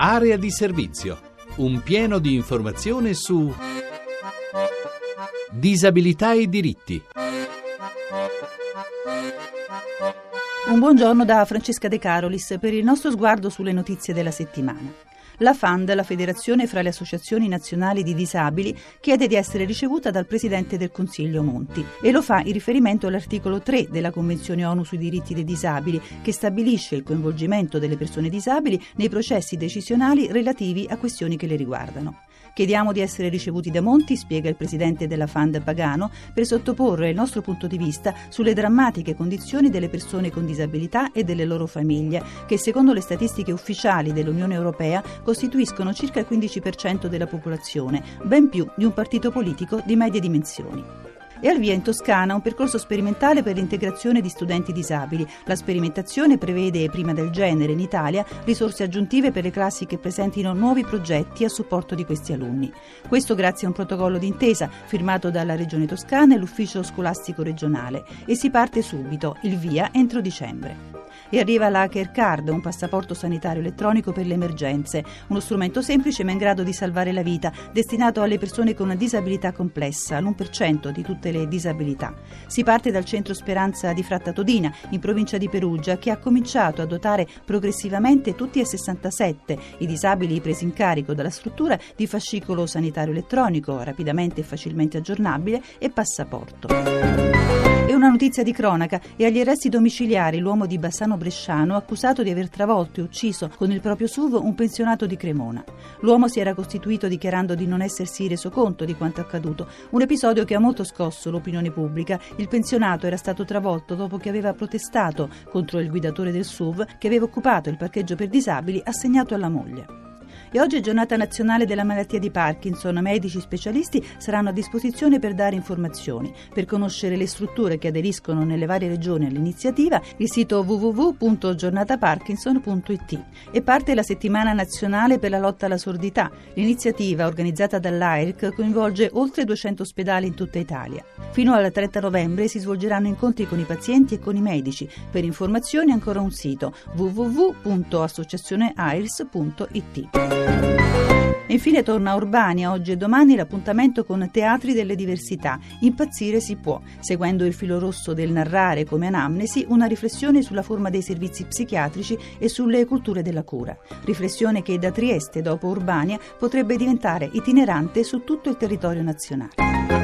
Area di servizio, un pieno di informazione su disabilità e diritti. Un buongiorno da Francesca De Carolis per il nostro sguardo sulle notizie della settimana. La FAND, la Federazione fra le Associazioni Nazionali di Disabili, chiede di essere ricevuta dal Presidente del Consiglio Monti e lo fa in riferimento all'articolo 3 della Convenzione ONU sui diritti dei disabili, che stabilisce il coinvolgimento delle persone disabili nei processi decisionali relativi a questioni che le riguardano. Chiediamo di essere ricevuti da Monti, spiega il Presidente della FAND Pagano, per sottoporre il nostro punto di vista sulle drammatiche condizioni delle persone con disabilità e delle loro famiglie, che secondo le statistiche ufficiali dell'Unione Europea costituiscono circa il 15% della popolazione, ben più di un partito politico di medie dimensioni. È al via in Toscana un percorso sperimentale per l'integrazione di studenti disabili. La sperimentazione prevede, prima del genere in Italia, risorse aggiuntive per le classi che presentino nuovi progetti a supporto di questi alunni. Questo grazie a un protocollo d'intesa firmato dalla Regione Toscana e l'Ufficio Scolastico Regionale, e si parte subito, il via entro dicembre. E arriva la Care Card, un passaporto sanitario elettronico per le emergenze, uno strumento semplice ma in grado di salvare la vita, destinato alle persone con una disabilità complessa, l'1% di tutte le disabilità. Si parte dal centro Speranza di Fratta Todina, in provincia di Perugia, che ha cominciato a dotare progressivamente tutti e 67 i disabili presi in carico dalla struttura di fascicolo sanitario elettronico, rapidamente e facilmente aggiornabile, e passaporto. È una notizia di cronaca: e agli arresti domiciliari l'uomo di Bassano Bresciano accusato di aver travolto e ucciso con il proprio SUV un pensionato di Cremona. L'uomo si era costituito dichiarando di non essersi reso conto di quanto accaduto, un episodio che ha molto scosso l'opinione pubblica. Il pensionato era stato travolto dopo che aveva protestato contro il guidatore del SUV che aveva occupato il parcheggio per disabili assegnato alla moglie. E oggi è giornata nazionale della malattia di Parkinson. Medici specialisti saranno a disposizione per dare informazioni. Per conoscere le strutture che aderiscono nelle varie regioni all'iniziativa, il sito www.giornataparkinson.it. E parte la settimana nazionale per la lotta alla sordità. L'iniziativa, organizzata dall'AIRC, coinvolge oltre 200 ospedali in tutta Italia. Fino al 30 novembre si svolgeranno incontri con i pazienti e con i medici. Per informazioni ancora un sito: www.associazioneairs.it. E infine torna a Urbania oggi e domani l'appuntamento con Teatri delle Diversità. Impazzire si può, seguendo il filo rosso del narrare come anamnesi una riflessione sulla forma dei servizi psichiatrici e sulle culture della cura. Riflessione che da Trieste, dopo Urbania, potrebbe diventare itinerante su tutto il territorio nazionale.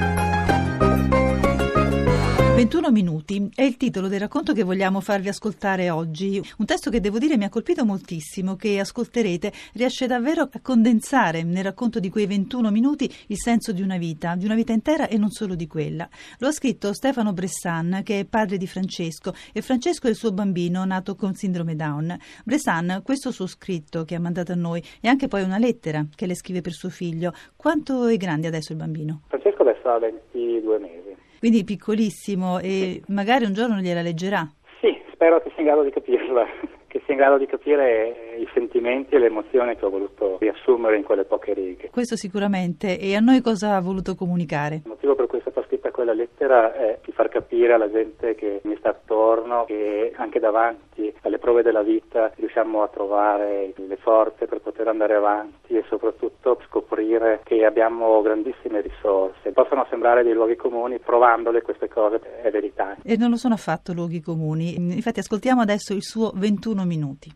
21 minuti è il titolo del racconto che vogliamo farvi ascoltare oggi. Un testo che devo dire mi ha colpito moltissimo, che ascolterete, riesce davvero a condensare nel racconto di quei 21 minuti il senso di una vita intera e non solo di quella. Lo ha scritto Stefano Bressan, che è padre di Francesco, e Francesco è il suo bambino nato con sindrome Down. Bressan, questo suo scritto che ha mandato a noi, e anche poi una lettera che le scrive per suo figlio. Quanto è grande adesso il bambino? Francesco adesso ha 22 mesi. Quindi piccolissimo, e magari un giorno gliela leggerà. Sì, spero che sia in grado di capirla, che sia in grado di capire i sentimenti e le emozioni che ho voluto riassumere in quelle poche righe. Questo sicuramente. E a noi cosa ha voluto comunicare? Il motivo per cui è stata scritta quella lettera è di far capire alla gente che mi sta attorno che anche davanti alle prove della vita riusciamo a trovare le forze per poter andare avanti e soprattutto scoprire che abbiamo grandissime risorse. Possono sembrare dei luoghi comuni, provandole queste cose è verità. E non lo sono affatto luoghi comuni. Infatti ascoltiamo adesso il suo 21 minuti.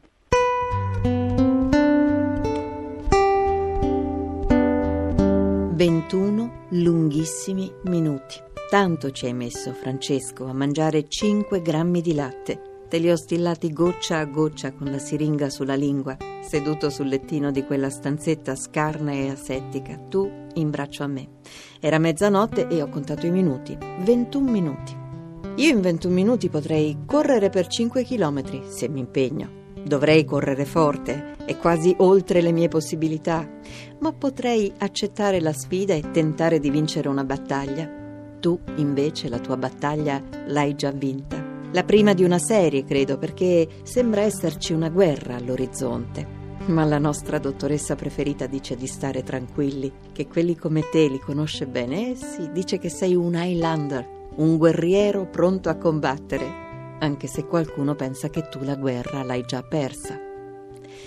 21 lunghissimi minuti. Tanto ci hai messo, Francesco, a mangiare 5 grammi di latte. Te li ho stillati goccia a goccia con la siringa sulla lingua, seduto sul lettino di quella stanzetta scarna e asettica, tu in braccio a me. Era mezzanotte e ho contato i minuti. 21 minuti. Io in 21 minuti potrei correre per 5 chilometri, se mi impegno. Dovrei correre forte, è quasi oltre le mie possibilità, ma potrei accettare la sfida e tentare di vincere una battaglia. Tu, invece, la tua battaglia l'hai già vinta. La prima di una serie, credo, perché sembra esserci una guerra all'orizzonte. Ma la nostra dottoressa preferita dice di stare tranquilli, che quelli come te li conosce bene. Sì, dice che sei un Highlander, un guerriero pronto a combattere, anche se qualcuno pensa che tu la guerra l'hai già persa.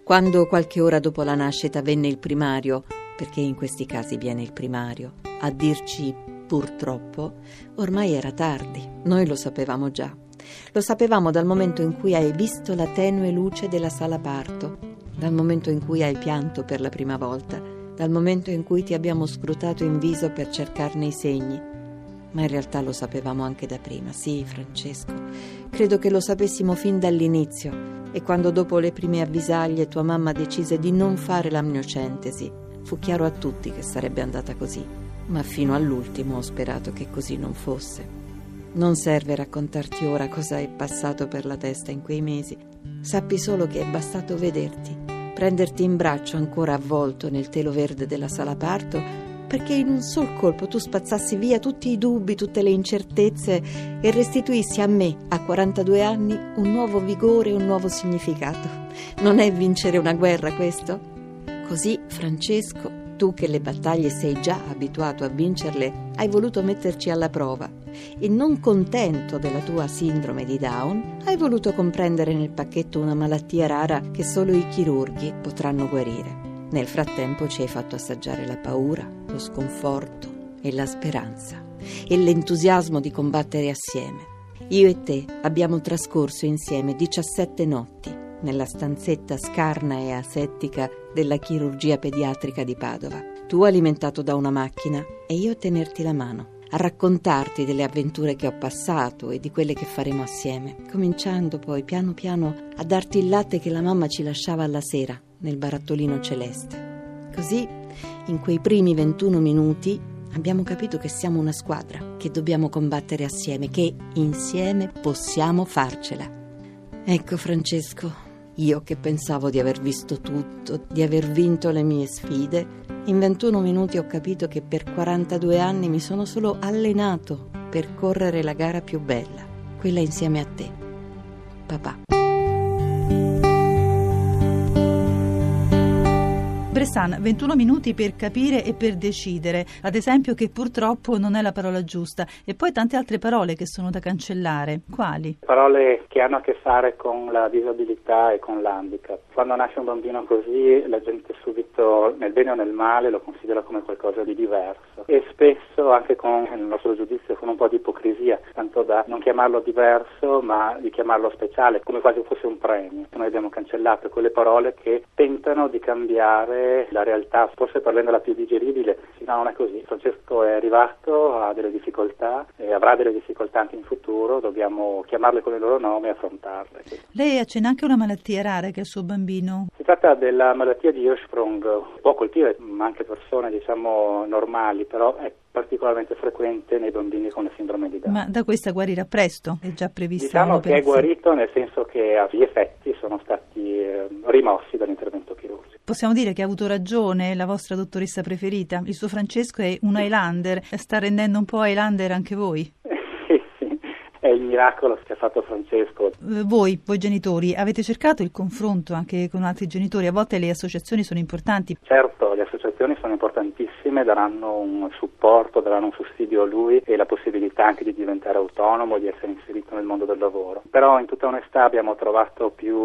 Quando qualche ora dopo la nascita venne il primario, perché in questi casi viene il primario, a dirci purtroppo, ormai era tardi, noi lo sapevamo già. Lo sapevamo dal momento in cui hai visto la tenue luce della sala parto, dal momento in cui hai pianto per la prima volta, dal momento in cui ti abbiamo scrutato in viso per cercarne i segni. Ma in realtà lo sapevamo anche da prima, sì, Francesco. Credo che lo sapessimo fin dall'inizio. E quando dopo le prime avvisaglie tua mamma decise di non fare l'amniocentesi, fu chiaro a tutti che sarebbe andata così. Ma fino all'ultimo ho sperato che così non fosse. Non serve raccontarti ora cosa è passato per la testa in quei mesi. Sappi solo che è bastato vederti, prenderti in braccio ancora avvolto nel telo verde della sala parto, perché in un sol colpo tu spazzassi via tutti i dubbi, tutte le incertezze e restituissi a me, a 42 anni, un nuovo vigore e un nuovo significato. Non è vincere una guerra questo? Così, Francesco, tu che le battaglie sei già abituato a vincerle, hai voluto metterci alla prova e, non contento della tua sindrome di Down, hai voluto comprendere nel pacchetto una malattia rara che solo i chirurghi potranno guarire. Nel frattempo ci hai fatto assaggiare la paura, lo sconforto e la speranza e l'entusiasmo di combattere assieme. Io e te abbiamo trascorso insieme 17 notti nella stanzetta scarna e asettica della chirurgia pediatrica di Padova. Tu alimentato da una macchina e io a tenerti la mano, a raccontarti delle avventure che ho passato e di quelle che faremo assieme, cominciando poi piano piano a darti il latte che la mamma ci lasciava alla sera nel barattolino celeste. Così, in quei primi 21 minuti, abbiamo capito che siamo una squadra, che dobbiamo combattere assieme, che insieme possiamo farcela. Ecco, Francesco, io che pensavo di aver visto tutto, di aver vinto le mie sfide, in 21 minuti ho capito che per 42 anni mi sono solo allenato per correre la gara più bella, quella insieme a te, papà. Bressan, 21 minuti per capire e per decidere, ad esempio che purtroppo non è la parola giusta, e poi tante altre parole che sono da cancellare. Quali? Parole che hanno a che fare con la disabilità e con l'handicap. Quando nasce un bambino così, la gente subito, nel bene o nel male, lo considera come qualcosa di diverso, e spesso anche con il nostro giudizio con un po' di ipocrisia, tanto da non chiamarlo diverso ma di chiamarlo speciale, come quasi fosse un premio. Noi abbiamo cancellato quelle parole che tentano di cambiare la realtà, forse per renderla più digeribile. No, non è così. Francesco è arrivato, ha delle difficoltà e avrà delle difficoltà anche in futuro, dobbiamo chiamarle con il loro nome e affrontarle. Lei accenna anche una malattia rara che ha il suo bambino. Si tratta della malattia di Hirschsprung, può colpire anche persone normali, però è particolarmente frequente nei bambini con la sindrome di Down. Ma da questa guarirà presto? È già prevista Diciamo che è guarito, nel senso che gli effetti sono stati rimossi dall'intervento chirurgico. Possiamo dire che ha avuto ragione la vostra dottoressa preferita? Il suo Francesco è un Highlander, sta rendendo un po' Highlander anche voi? Sì, è il miracolo che ha fatto Francesco. Voi genitori, avete cercato il confronto anche con altri genitori? A volte le associazioni sono importanti. Certo, le associazioni sono importantissime, daranno un supporto, daranno un sussidio a lui e la possibilità anche di diventare autonomo, di essere inserito nel mondo del lavoro. Però in tutta onestà abbiamo trovato più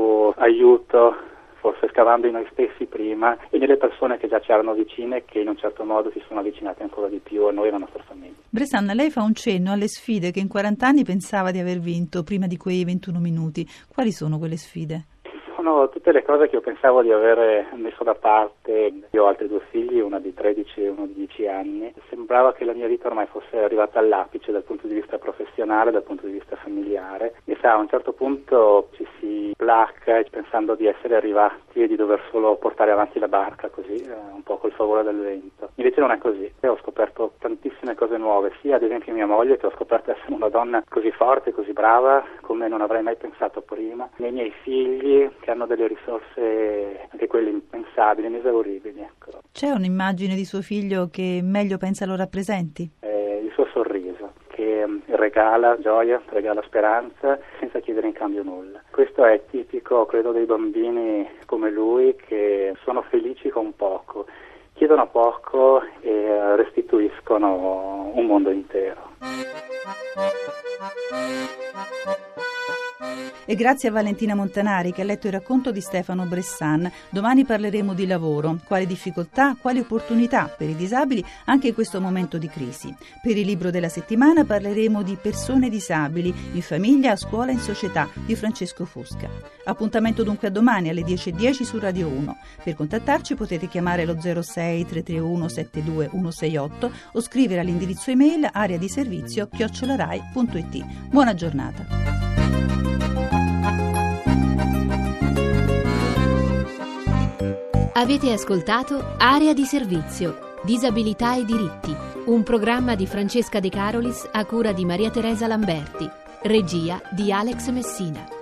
aiuto, forse scavando in noi stessi prima, e nelle persone che già ci erano vicine, che in un certo modo si sono avvicinate ancora di più a noi e alla nostra famiglia. Bressan, lei fa un cenno alle sfide che in 40 anni pensava di aver vinto prima di quei 21 minuti. Quali sono quelle sfide? Sono tutte le cose che io pensavo di aver messo da parte. Io ho altri 2 figli, una di 13 e uno di 10 anni. Sembrava che la mia vita ormai fosse arrivata all'apice dal punto di vista professionale, dal punto di vista familiare. E a un certo punto ci si placca pensando di essere arrivati e di dover solo portare avanti la barca così, un po' col favore del vento. Invece non è così. Ho scoperto tantissime cose nuove, sia ad esempio mia moglie, che ho scoperto essere una donna così forte, così brava, come non avrei mai pensato prima. Nei miei figli, che hanno delle risorse, anche quelle impensabili, inesauribili. Ecco. C'è un'immagine di suo figlio che meglio pensa lo rappresenti? Il suo sorriso, che regala gioia, regala speranza, senza chiedere in cambio nulla. Questo è tipico, credo, dei bambini come lui, che sono felici con poco, chiedono poco e restituiscono un mondo intero. E grazie a Valentina Montanari che ha letto il racconto di Stefano Bressan. Domani parleremo di lavoro, quali difficoltà, quali opportunità per i disabili anche in questo momento di crisi. Per il libro della settimana parleremo di persone disabili in famiglia, a scuola e in società di Francesco Fusca. Appuntamento dunque a domani alle 10:10 su Radio 1. Per contattarci potete chiamare lo 06 331 72 168 o scrivere all'indirizzo email areadiservizio@rai.it. Buona giornata. Avete ascoltato Area di Servizio, Disabilità e Diritti, un programma di Francesca De Carolis a cura di Maria Teresa Lamberti, regia di Alex Messina.